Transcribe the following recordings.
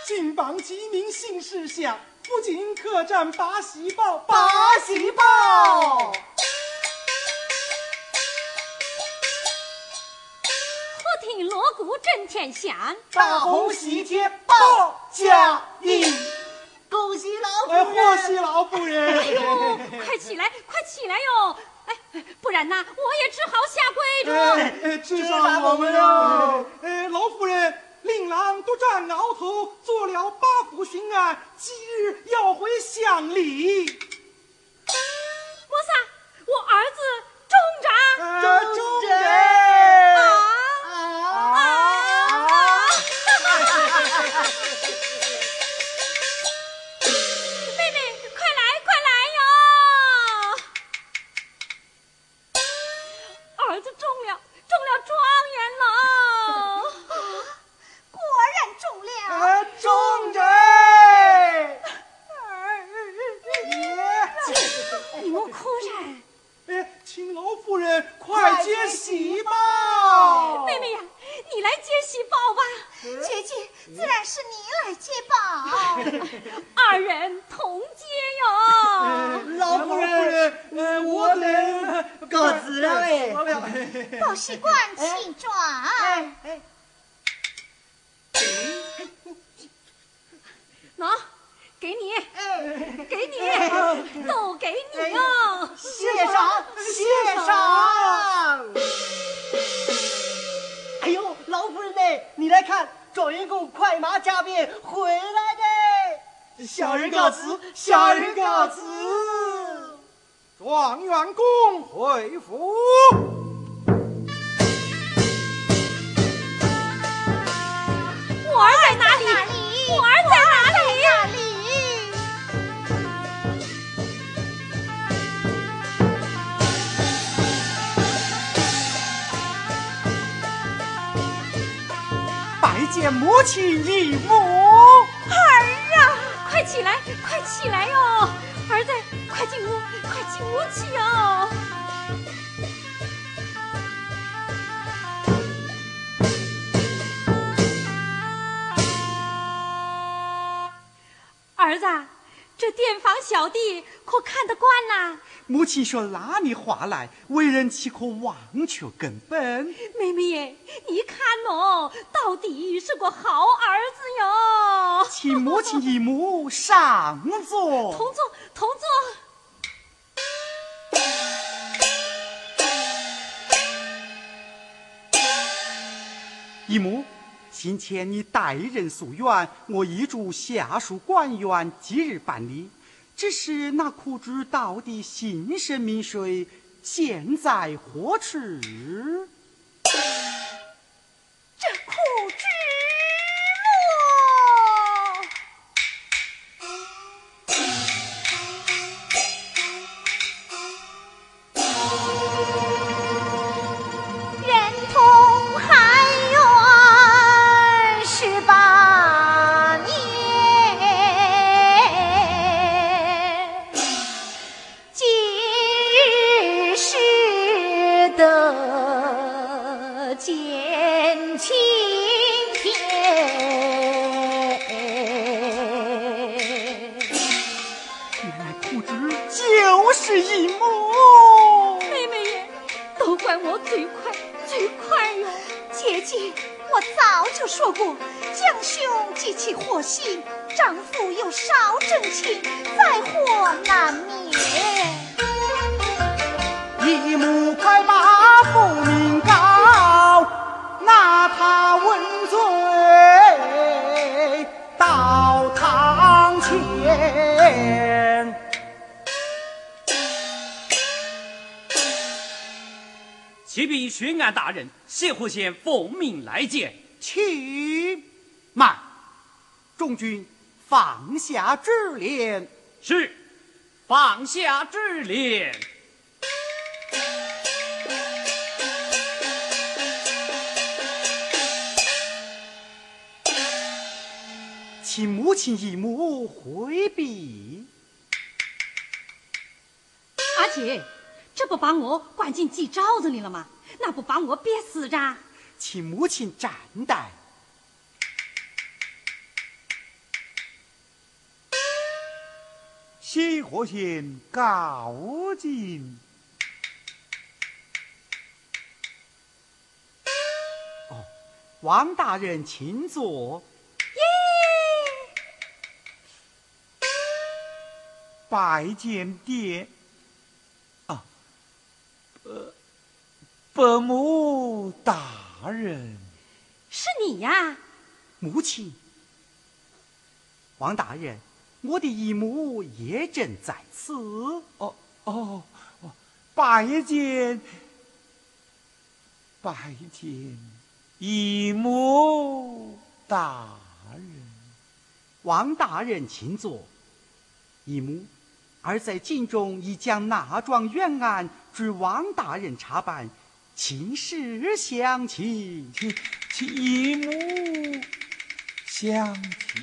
郡邦机敏行事项，不仅客栈巴西报， 巴西报。 听锣鼓震天响， 大红喜帖报佳音，恭喜老夫人！ 贺喜老夫人！ 哎呦，快起来，快起来哟！哎，不然呐，我也只好下跪着。 至少我们要，老夫人，令郎独占鳌头，做了8府巡案，即日要回乡里。 么啥？我儿子中长， 中长。 妹妹，快来，快来哟！儿子中了状元了！ 果然中了！ 中着！ 你莫哭噻！ 请老夫人快接喜报。 妹妹呀，你来接喜报吧。 姐姐，自然是你来接报。 二人同接哟。 老夫人，我们告辞了哎。 报喜官请转。 喏，给你，给你，都给你哟。 谢上，谢上。哎呦，老夫人呢？你来看，状元公快马加鞭回来的。 小人告辞，小人告辞。状元公回府。 我儿在哪里？我儿在哪里？ 拜见母亲一母。 儿啊，快起来，快起来哟！儿子，快进屋，快进屋去哟！儿子，这店房小弟可看得惯呐？ 母亲说拉你话来，为人岂可忘却根本？ 妹妹耶，你看哦，到底是个好儿子哟！ 请母亲一母上座。 同坐，同坐。 一母，先前你代人诉冤，我依嘱下属官员即日办理。只是那苦主到底心生民水，现在何处？ 这苦之人同汉元18年，今日使得见青天。 原来苦主就是一母。 妹妹耶，都怪我嘴快，嘴快哟！ 姐姐，我早就说过，将兄及其祸心，丈夫有少真情，灾祸难免。 一母快把父名告，拿他问罪到堂前。 启禀巡案大人，谢户县奉命来见。 去慢，众军放下指令。 是，放下指令。 请母亲一母回避。 阿姐，这不把我关进鸡罩子里了吗？那不把我憋死着？ 请母亲站待。 谢和县告进。 王大人请坐。 拜见爹。伯母大人。 是你呀？ 母亲。王大人，我的姨母也正在此。 拜见姨母大人。 王大人请坐。姨母，儿在京中已将那桩冤案据王大人查办，请示详情。 请姨母详情。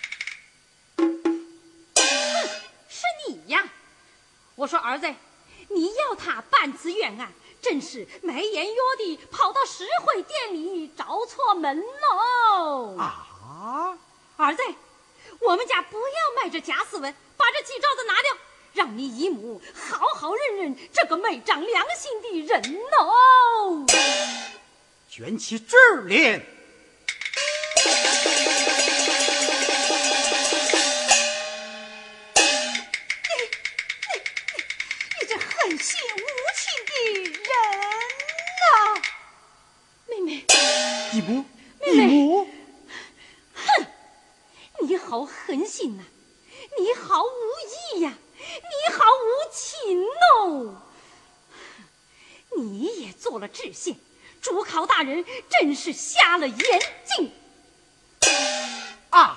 是你呀？我说儿子，你要他办此冤案，真是没言约的跑到石会店里找错门喽！ 啊， 儿子，我们家不要卖这假斯文，把这记招子拿掉，让你姨母好好认认这个没长良心的人喽！ 卷起指令。 你这狠心无情的人啊！ 妹妹， 姨母， 妹妹， 姨母， 哼！你好狠心呐、你好无义呀、你好无情哦！你也做了知县，主考大人真是瞎了眼睛啊！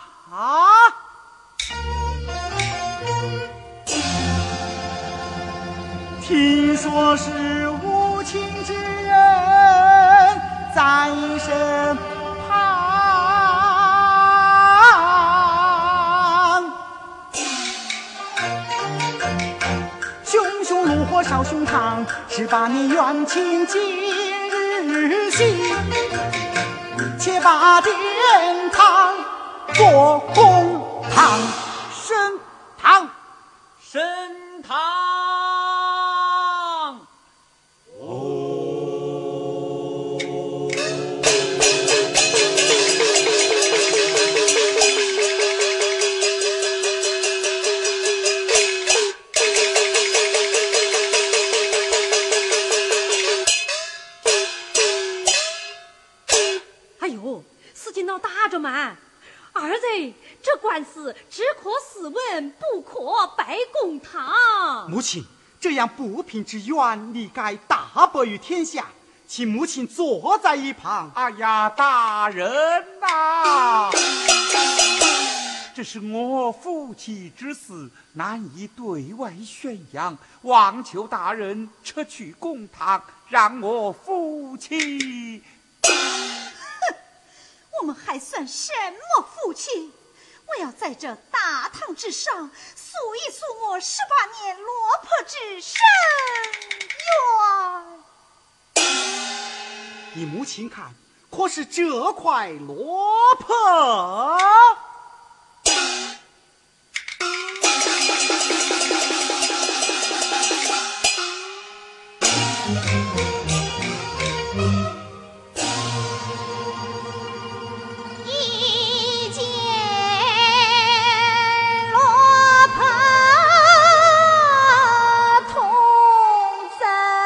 听说是无情之人在身旁，熊熊怒火烧胸膛，18年冤情今日醒，且把殿堂做公堂，升堂， 升堂。 哎呦，事情闹大着嘛！儿子，这官司只可斯文，不可摆公堂。 母亲，这样不平之冤，理该大白于天下，请母亲坐在一旁。 哎呀，大人呐、这是我夫妻之事，难以对外宣扬，望求大人撤去公堂，让我夫妻。 我们还算什么夫妻？我要在这大堂之上诉一诉我18年落魄之深冤。 你母亲看，可是这块落魄？ 一见落魄同在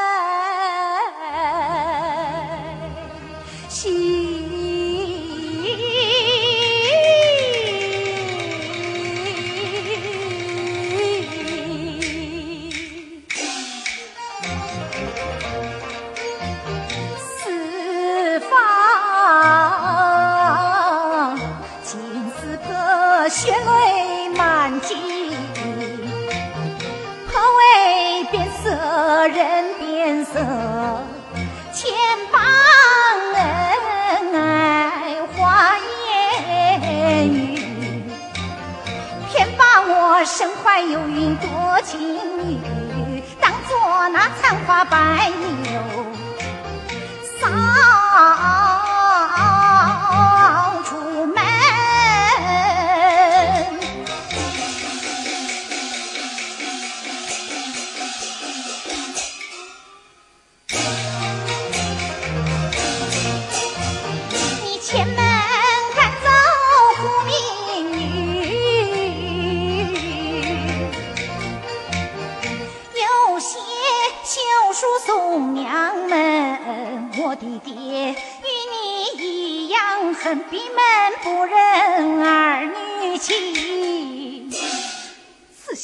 四方金丝个血泪满襟，何为变色人变色，千般恩爱化言语，偏把我身怀有云多情女，当作那残花白牛扫出门。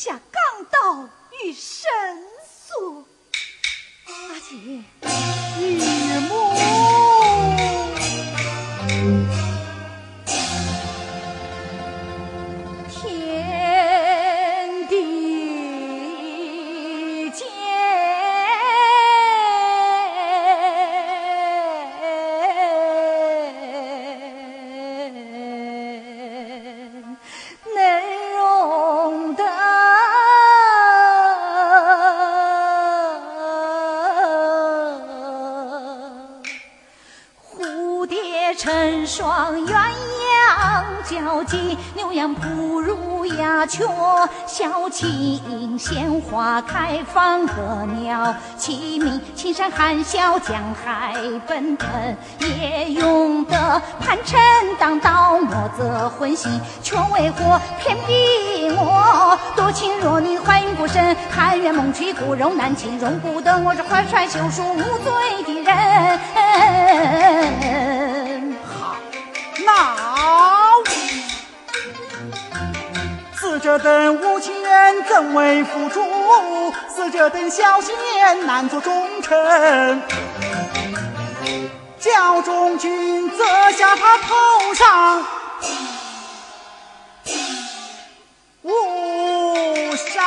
下钢刀与申诉。 阿姐， 姨母。 天地间，能容得蝴蝶成双，鸳鸯交集，牛羊不如鸦雀，小径鲜花开放，鹤鸟齐鸣，青山含笑江海奔腾，也用得盘城当道，莫则荤腥，却为何偏逼我？多情弱女怀孕不生，含冤梦屈骨肉难亲，容不得我这怀揣羞辱无罪的人。 闹！死者等无钱怎为付诸？死者等小贤难做忠臣。教中君责下他头上乌纱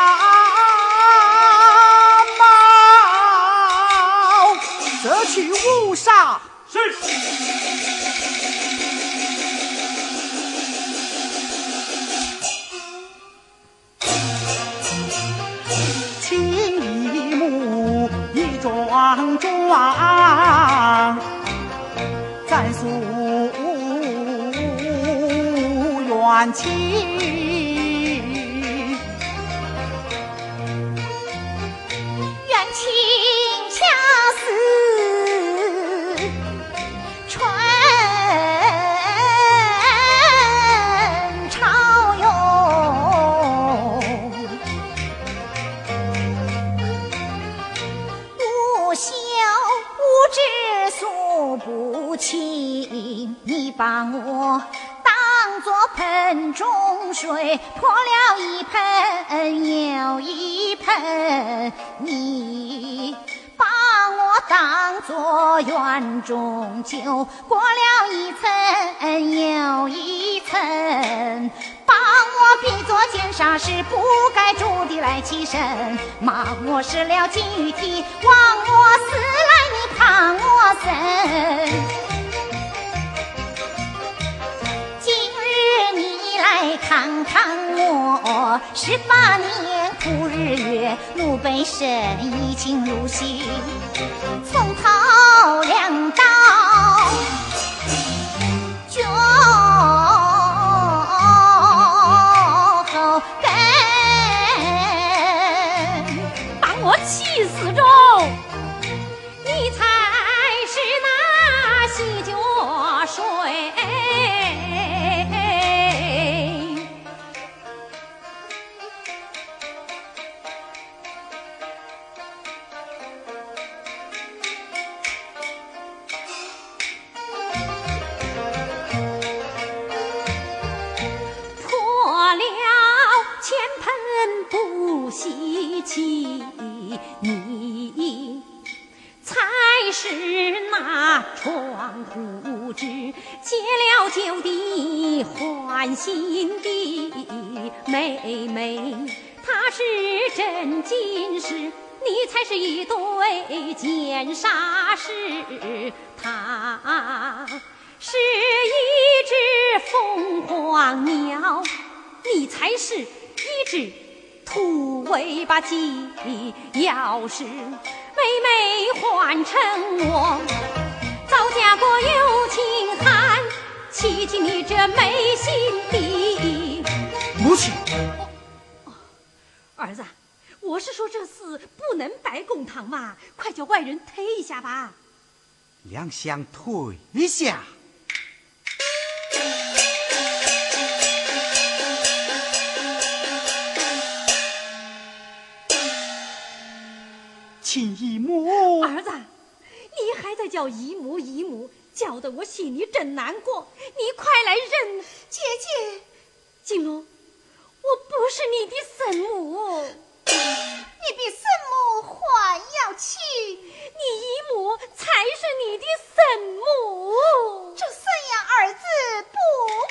帽，责取乌纱。 是。 壮壮，暂诉冤情， 冤情恰似春潮涌，无休无止诉不清，你把我当作盆中水，泼了一盆又一盆，你把我当作园中酒，过了一层又一层，把我比作奸杀是不该诛的来起身，骂我失了金玉体，枉我死来你怕我生。今日你来看看我，18年苦日月，怒背身，已经入心，风涛两刀脚后跟， 把我气死中！你才是那洗脚水。不稀奇，你才是那窗户纸，解了酒的欢心的妹妹，她是真金石，你才是一对奸杀士，她是一只凤凰鸟，你才是一只土尾巴鸡，要是妹妹换成我，早嫁过有情汉，欺尽你这没心地。 母亲， 儿子，我是说这事不能摆公堂嘛，快叫外人推一下吧。 两相推一下。亲姨母， 儿子，你还在叫姨母姨母，叫得我心里真难过。你快来认， 姐姐， 金龙，我不是你的生母。 你比生母还要亲， 你姨母才是你的生母。 这生养儿子不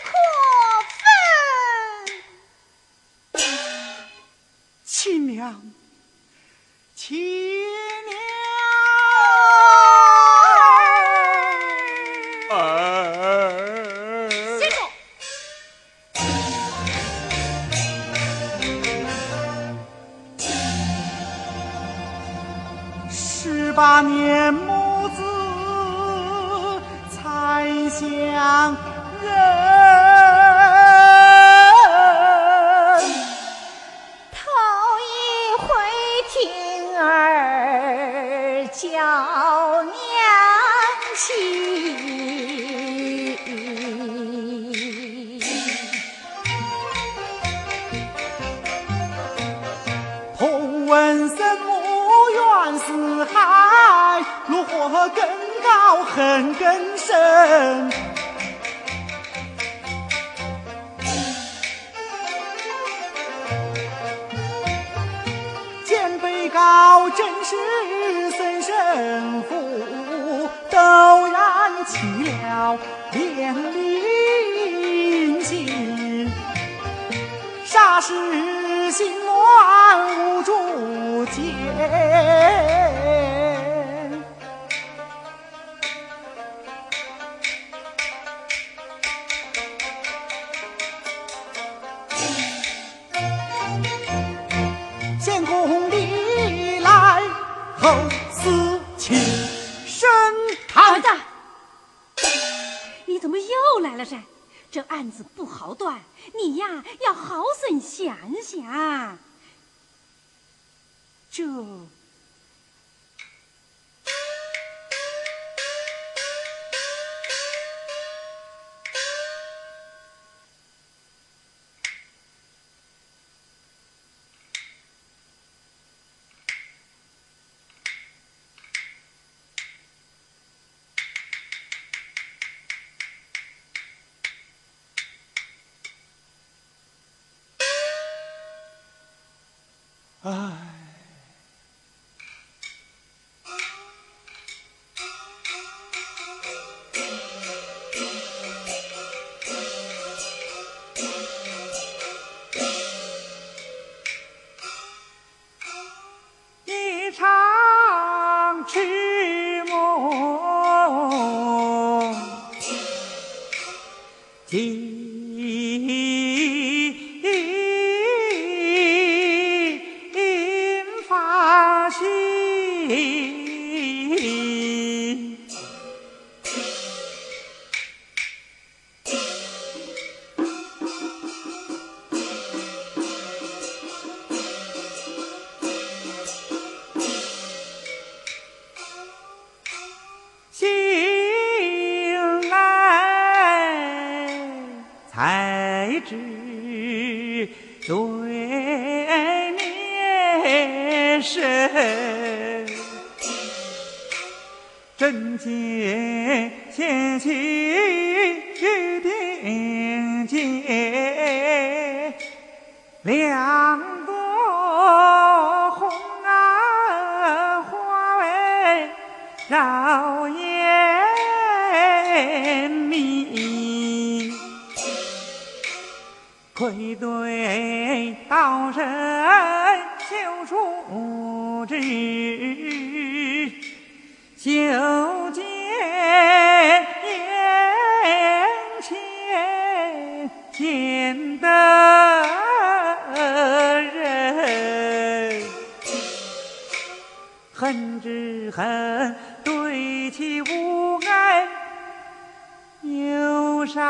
可分。 亲娘，亲娘。 先说 18年母子才相认。 头一回听儿叫娘亲， 同闻生母远四海，炉火更高恨更深。见被告真是孙神父，陡然起了连灵心，霎时心乱无主见。献公礼来后思起身儿谈。 子，你怎么又来了噻？这案子不好断，你呀要好生想想。 这一场痴梦，今发现。醒来才知罪孽深，真见前妻定结，两朵红啊花为绕眼迷，愧对道神修处之，修见眼前见得人，恨之恨，对其无爱有少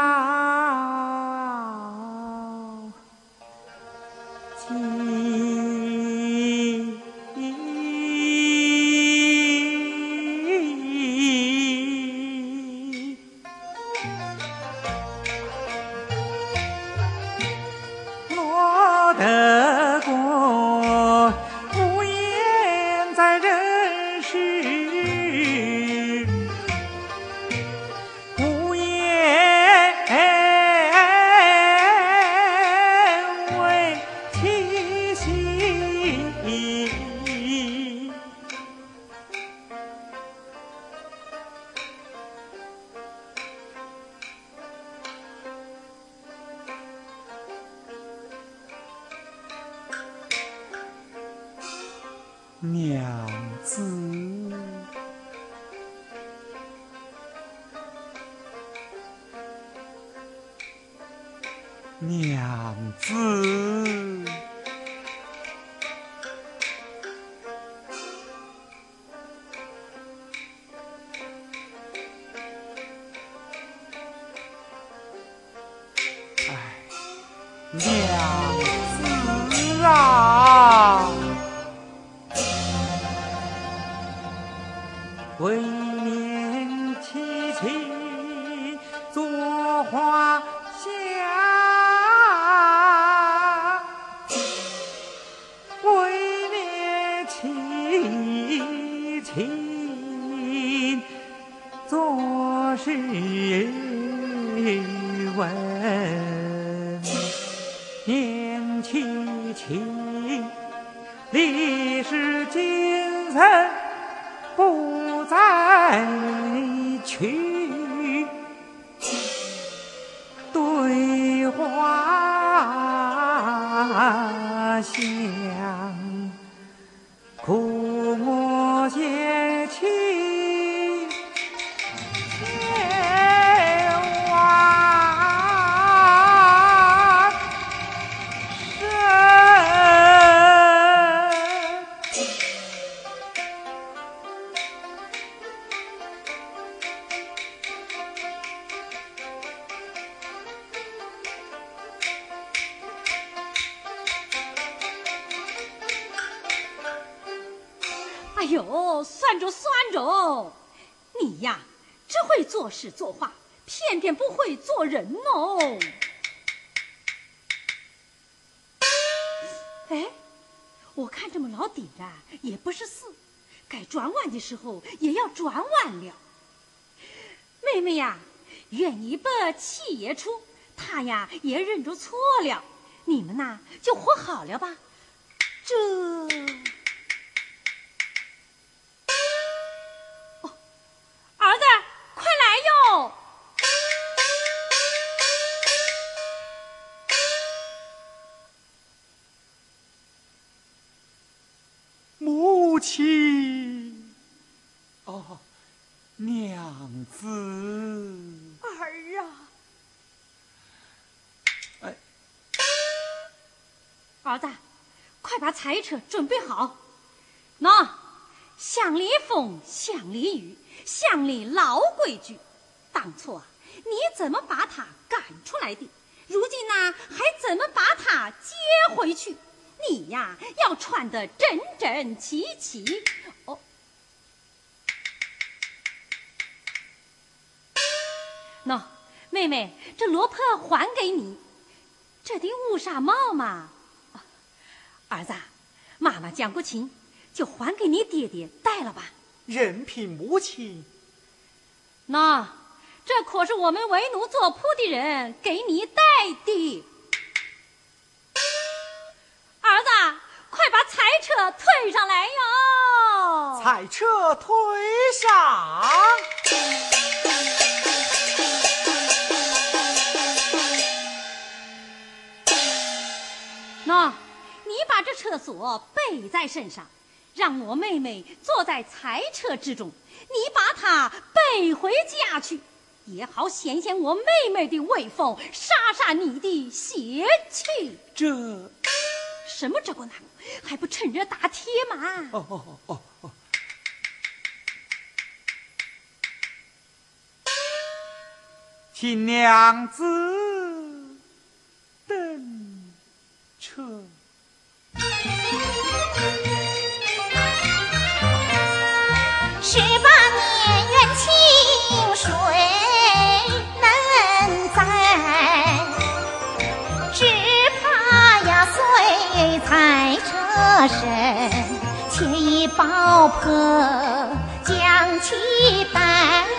情。落得过无言在人世，无言为情娘子，娘子，哎，娘子啊！为免妻妻作花香，为免妻妻作诗文，念妻妻历史精神不再去，对花香，苦我嫌弃千万深。 哎呦，算着算着，你呀，只会做事做话，偏偏不会做人哦。哎，我看这么老底啊，也不是事，该转弯的时候也要转弯了。妹妹呀，愿意把气也出，她呀也认着错了，你们呐就和好了吧。这。儿子，快来哟！ 母亲， 哦，娘子， 儿啊， 哎， 儿子，快把彩车准备好。喏，乡里风，乡里雨，乡里老规矩。当初啊，你怎么把他赶出来的？如今呢，还怎么把他接回去？你呀，要穿得整整齐齐。哦，喏，妹妹，这罗婆还给你。这顶乌纱帽嘛，儿子，妈妈讲过情，就还给你爹爹戴了吧。 任凭母亲。 那这可是我们为奴做仆的人给你戴的。儿子，快把彩车推上来哟！ 彩车推上。 那你把这车锁背在身上，让我妹妹坐在彩车之中，你把她背回家去，也好显显我妹妹的威风，杀杀你的邪气。 这什么这个那个，还不趁热打铁嘛？ 哦，请娘子登车。 18年元清水能载，只怕呀随彩车身，且已爆破将其带。